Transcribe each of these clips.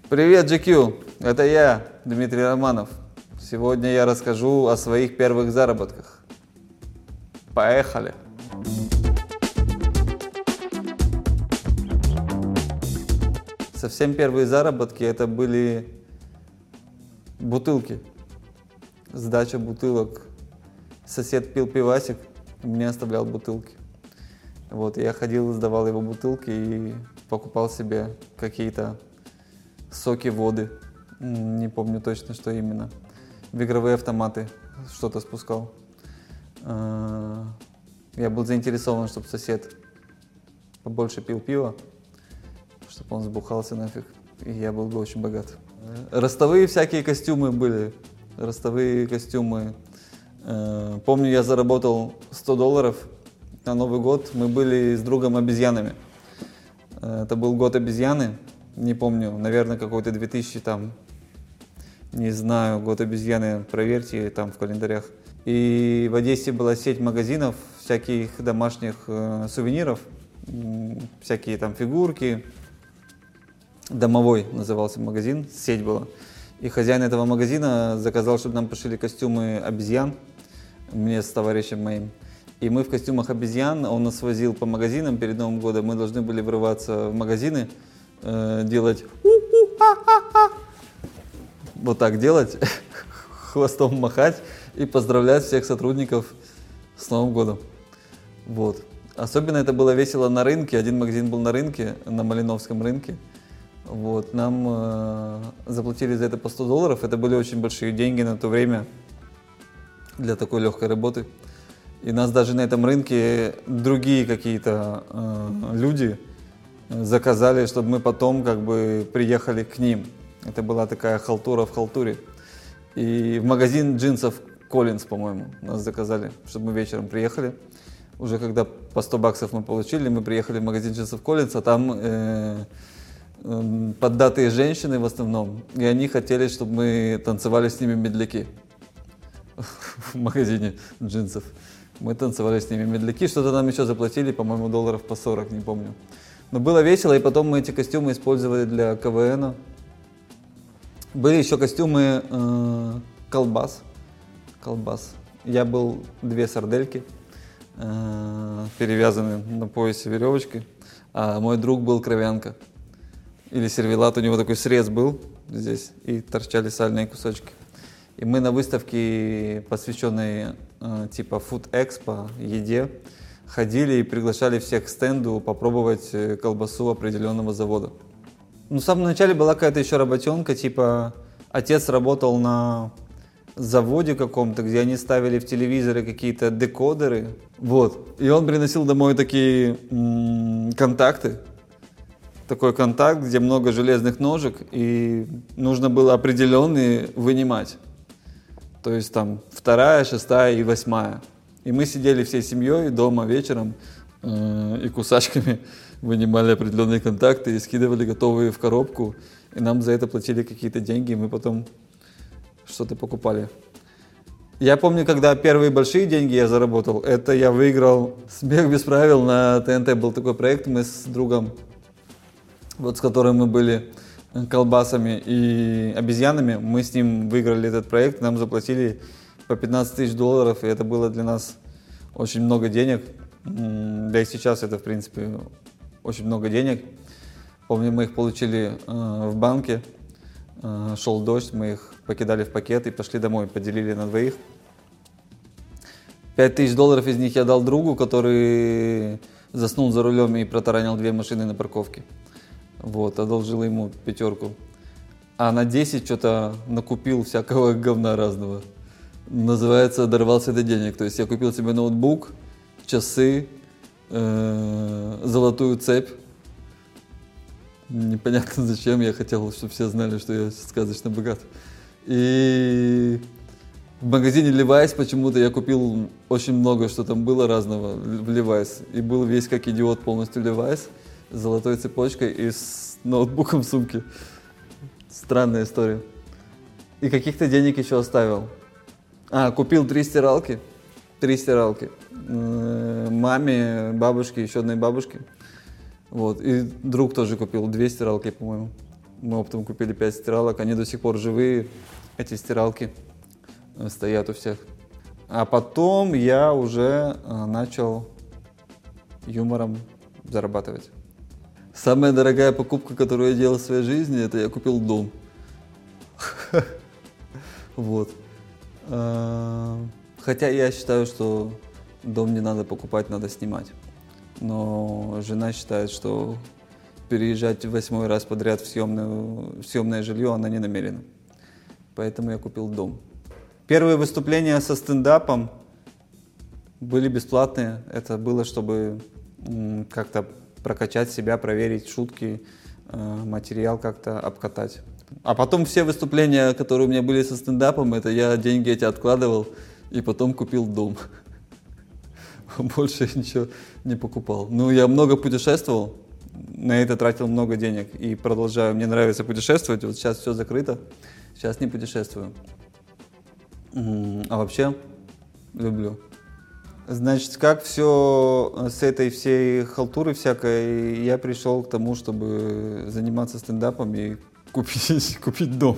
Привет, GQ! Это я, Дмитрий Романов. Сегодня я расскажу о своих первых заработках. Поехали! Совсем первые заработки это были бутылки. Сдача бутылок. Сосед пил пивасик, мне оставлял бутылки. Вот, я ходил, сдавал его бутылки и покупал себе какие-то соки, воды. Не помню точно, что именно. В игровые автоматы что-то спускал. Я был заинтересован, чтобы сосед побольше пил пива, чтобы он сбухался нафиг, и я был бы очень богат. Ростовые всякие костюмы были. Ростовые костюмы. Помню, я заработал $100 на Новый год. Мы были с другом обезьянами. Это был год обезьяны. Не помню, наверное, какой-то 2000 там, не знаю, год обезьяны, проверьте там в календарях. И в Одессе была сеть магазинов, всяких домашних сувениров, всякие там фигурки. Домовой назывался магазин, сеть была. И хозяин этого магазина заказал, чтобы нам пошили костюмы обезьян, мне с товарищем моим. И мы в костюмах обезьян, он нас возил по магазинам перед Новым годом, мы должны были врываться в магазины, делать вот так делать, хвостом махать и поздравлять всех сотрудников с Новым годом. Вот. Особенно это было весело на рынке. Один магазин был на рынке, на Малиновском рынке. Вот. Нам заплатили за это по $100. Это были очень большие деньги на то время для такой легкой работы. И нас даже на этом рынке другие какие-то люди заказали, чтобы мы потом как бы приехали к ним. Это была такая халтура в халтуре. И в магазин джинсов Collins, по-моему, нас заказали, чтобы мы вечером приехали. Уже когда по $100 мы получили, мы приехали в магазин джинсов Collins, а там поддатые женщины в основном, и они хотели, чтобы мы танцевали с ними медляки в магазине джинсов. Мы танцевали с ними медляки, что-то нам еще заплатили, по-моему, $40 по 40, не помню. Но было весело, и потом мы эти костюмы использовали для КВН. Были еще костюмы колбас. Я был 2 сардельки, перевязаны на поясе веревочкой, а мой друг был кровянка. Или сервелат, у него такой срез был здесь, и торчали сальные кусочки. И мы на выставке, посвященной типа Food Expo, еде, ходили и приглашали всех к стенду попробовать колбасу определенного завода. Ну, в самом начале была какая-то еще работенка, типа отец работал на заводе каком-то, где они ставили в телевизоры какие-то декодеры, вот. И он приносил домой такие контакты, такой контакт, где много железных ножек, и нужно было определенные вынимать. То есть там 2, 6 и 8. И мы сидели всей семьей дома вечером и кусачками вынимали определенные контакты и скидывали готовые в коробку. И нам за это платили какие-то деньги, и мы потом что-то покупали. Я помню, когда первые большие деньги я заработал, это я выиграл «Смех без правил» на ТНТ. Был такой проект, мы с другом, вот с которым мы были колбасами и обезьянами, мы с ним выиграли этот проект, нам заплатили по $15 000, и это было для нас очень много денег. Да и сейчас это, в принципе, очень много денег. Помню, мы их получили в банке, шел дождь, мы их покидали в пакет и пошли домой, поделили на двоих. $5000 из них я дал другу, который заснул за рулем и протаранил 2 машины на парковке. Вот, одолжил ему 5. А на 10 что-то накупил всякого говна разного. Называется, дорвался до денег. То есть я купил себе ноутбук, часы, золотую цепь. Непонятно зачем, я хотел, чтобы все знали, что я сказочно богат. И в магазине Levi's почему-то я купил очень много, что там было разного в Levi's. И был весь как идиот полностью Levi's с золотой цепочкой и с ноутбуком в сумке. Странная история. И каких-то денег еще оставил. Купил 3 стиралки. 3 стиралки. Маме, бабушке, еще одной бабушке. Вот. И друг тоже купил 2 стиралки, по-моему. Мы оптом купили 5 стиралок, они до сих пор живые, эти стиралки стоят у всех. А потом я уже начал юмором зарабатывать. Самая дорогая покупка, которую я делал в своей жизни, это я купил дом. Вот. Хотя я считаю, что дом не надо покупать, надо снимать. Но жена считает, что переезжать 8-й раз подряд в съемное жилье она не намерена. Поэтому я купил дом. Первые выступления со стендапом были бесплатные. Это было, чтобы как-то прокачать себя, проверить шутки, материал как-то обкатать. А потом все выступления, которые у меня были со стендапом, это я деньги эти откладывал и потом купил дом. Больше я ничего не покупал. Ну, я много путешествовал, на это тратил много денег и продолжаю. Мне нравится путешествовать, вот сейчас все закрыто, сейчас не путешествую. А вообще люблю. Значит, как все с этой всей халтуры всякой, я пришел к тому, чтобы заниматься стендапом и купить дом.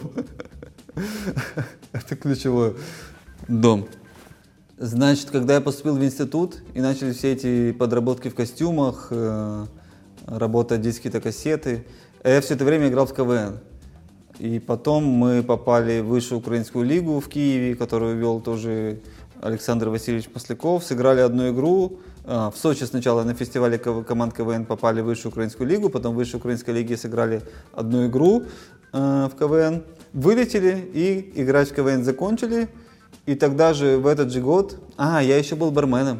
Это ключевое. Дом. Значит, когда я поступил в институт и начали все эти подработки в костюмах, работать диски-то кассеты, я все это время играл в КВН. И потом мы попали в высшую украинскую лигу в Киеве, которую вел тоже Александр Васильевич Масляков. Сыграли одну игру. В Сочи сначала на фестивале команд КВН попали в высшую украинскую лигу, потом в высшей украинской лиге сыграли одну игру в КВН. Вылетели и играть в КВН закончили. И тогда же, в этот же год, я еще был барменом.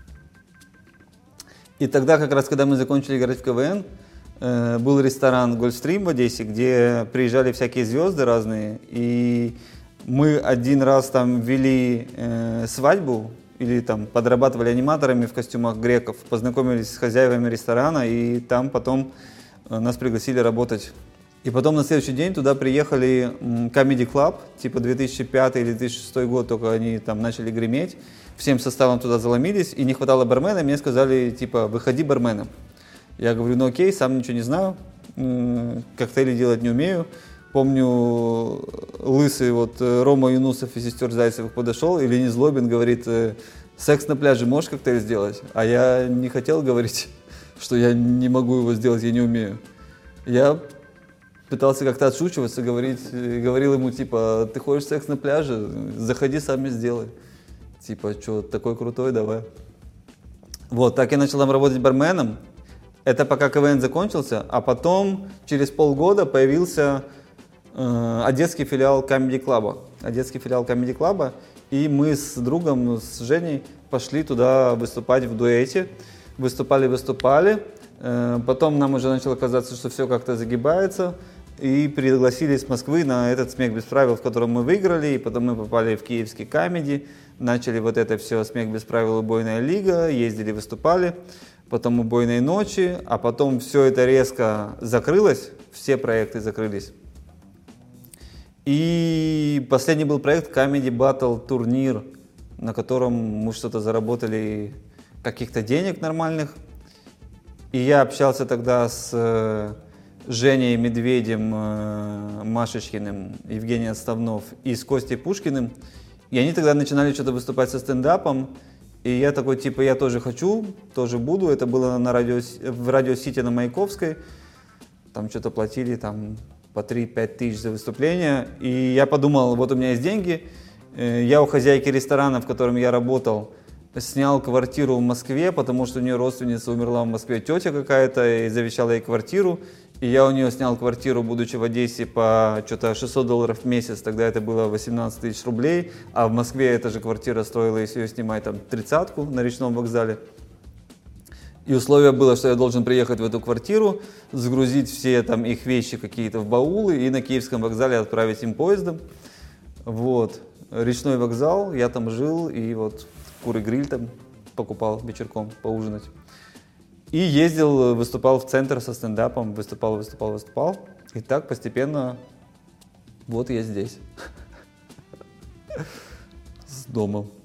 И тогда, как раз, когда мы закончили играть в КВН, был ресторан «Гольфстрим» в Одессе, где приезжали всякие звезды разные. И мы один раз там вели свадьбу, или там подрабатывали аниматорами в костюмах греков, познакомились с хозяевами ресторана, и там потом нас пригласили работать. И потом на следующий день туда приехали Comedy Club, типа 2005 или 2006 год, только они там начали греметь. Всем составом туда заломились, и не хватало бармена, мне сказали, типа, выходи барменом. Я говорю, ну окей, сам ничего не знаю, коктейли делать не умею. Помню, лысый вот Рома Юнусов из «Сестер Зайцевых» подошел, и Ленин Злобин говорит, секс на пляже можешь коктейль сделать? А я не хотел говорить, что я не могу его сделать, я не умею. Я пытался как-то отшучиваться, говорил ему, типа, ты хочешь секс на пляже? Заходи, сам и сделай. Типа, что, такой крутой, давай. Вот, так я начал там работать барменом. Это пока КВН закончился, а потом через полгода появился одесский филиал Comedy Club. И мы с другом, с Женей, пошли туда выступать в дуэте. Выступали. Потом нам уже начало казаться, что все как-то загибается. И пригласили из Москвы на этот «Смех без правил», в котором мы выиграли. И потом мы попали в киевский Comedy. Начали вот это все «Смех без правил», «Убойная лига». Ездили, выступали. Потом «Убойные ночи». А потом все это резко закрылось. Все проекты закрылись. И последний был проект Comedy Battle турнир, на котором мы что-то заработали, каких-то денег нормальных. И я общался тогда с Женей Медведем, Машечкиным, Евгением Ставнов и с Костей Пушкиным. И они тогда начинали что-то выступать со стендапом. И я такой, типа, я тоже хочу, тоже буду. Это было в Радио Сити на Маяковской. Там что-то платили там по 3-5 тысяч за выступление. И я подумал, вот у меня есть деньги. Я у хозяйки ресторана, в котором я работал, снял квартиру в Москве, потому что у нее родственница умерла в Москве, тетя какая-то, и завещала ей квартиру. И я у нее снял квартиру, будучи в Одессе, по что-то $600 в месяц. Тогда это было 18 тысяч рублей. А в Москве эта же квартира стоила, если ее снимать, там 30-ку на речном вокзале. И условие было, что я должен приехать в эту квартиру, загрузить все там их вещи какие-то в баулы и на Киевском вокзале отправить им поездом. Вот. Речной вокзал, я там жил, и вот куры-гриль там покупал вечерком поужинать. И ездил, выступал в центр со стендапом, выступал. И так постепенно вот я здесь, с домом.